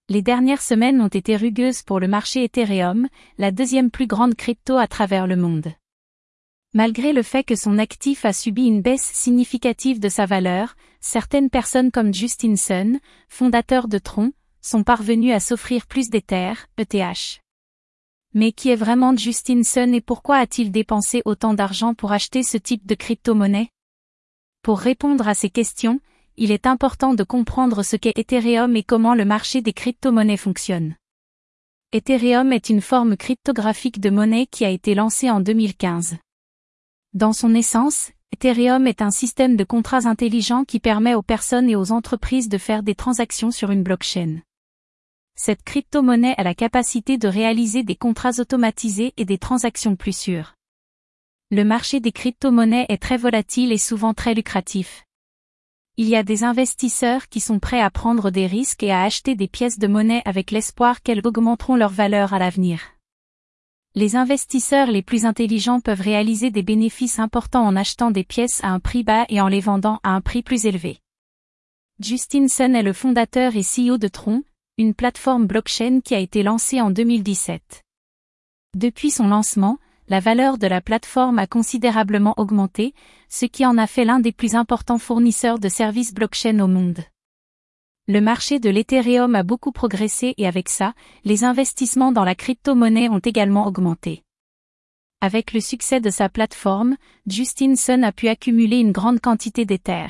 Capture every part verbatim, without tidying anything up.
Les dernières semaines ont été rugueuses pour le marché Ethereum, la deuxième plus grande crypto à travers le monde. Malgré le fait que son actif a subi une baisse significative de sa valeur, certaines personnes comme Justin Sun, fondateur de Tron, sont parvenues à s'offrir plus d'Ether, E T H. Mais qui est vraiment Justin Sun et pourquoi a-t-il dépensé autant d'argent pour acheter ce type de crypto-monnaie? Pour répondre à ces questions, il est important de comprendre ce qu'est Ethereum et comment le marché des crypto-monnaies fonctionne. Ethereum est une forme cryptographique de monnaie qui a été lancée en deux mille quinze. Dans son essence, Ethereum est un système de contrats intelligents qui permet aux personnes et aux entreprises de faire des transactions sur une blockchain. Cette crypto-monnaie a la capacité de réaliser des contrats automatisés et des transactions plus sûres. Le marché des crypto-monnaies est très volatile et souvent très lucratif. Il y a des investisseurs qui sont prêts à prendre des risques et à acheter des pièces de monnaie avec l'espoir qu'elles augmenteront leur valeur à l'avenir. Les investisseurs les plus intelligents peuvent réaliser des bénéfices importants en achetant des pièces à un prix bas et en les vendant à un prix plus élevé. Justin Sun est le fondateur et C E O de Tron, une plateforme blockchain qui a été lancée en deux mille dix-sept. Depuis son lancement, la valeur de la plateforme a considérablement augmenté, ce qui en a fait l'un des plus importants fournisseurs de services blockchain au monde. Le marché de l'Ethereum a beaucoup progressé et avec ça, les investissements dans la crypto-monnaie ont également augmenté. Avec le succès de sa plateforme, Justin Sun a pu accumuler une grande quantité d'Ether.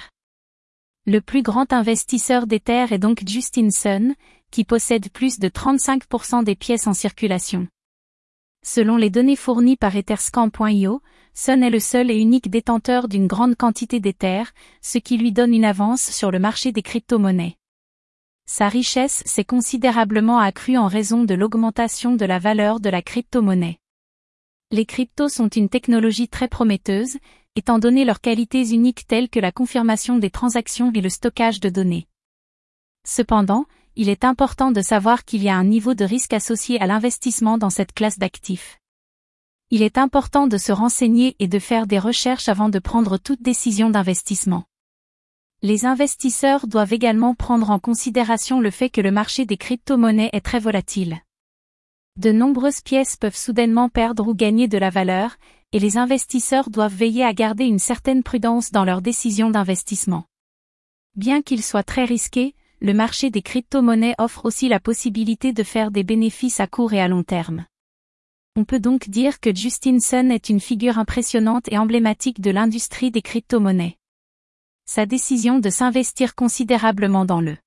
Le plus grand investisseur d'Ether est donc Justin Sun, qui possède plus de trente-cinq pour cent des pièces en circulation. Selon les données fournies par etherscan point i o, Sun est le seul et unique détenteur d'une grande quantité d'Ether, ce qui lui donne une avance sur le marché des crypto-monnaies. Sa richesse s'est considérablement accrue en raison de l'augmentation de la valeur de la crypto-monnaie. Les cryptos sont une technologie très prometteuse, étant donné leurs qualités uniques telles que la confirmation des transactions et le stockage de données. Cependant, il est important de savoir qu'il y a un niveau de risque associé à l'investissement dans cette classe d'actifs. Il est important de se renseigner et de faire des recherches avant de prendre toute décision d'investissement. Les investisseurs doivent également prendre en considération le fait que le marché des crypto-monnaies est très volatile. De nombreuses pièces peuvent soudainement perdre ou gagner de la valeur, et les investisseurs doivent veiller à garder une certaine prudence dans leurs décisions d'investissement. Bien qu'il soit très risqué, le marché des crypto-monnaies offre aussi la possibilité de faire des bénéfices à court et à long terme. On peut donc dire que Justin Sun est une figure impressionnante et emblématique de l'industrie des crypto-monnaies. Sa décision de s'investir considérablement dans le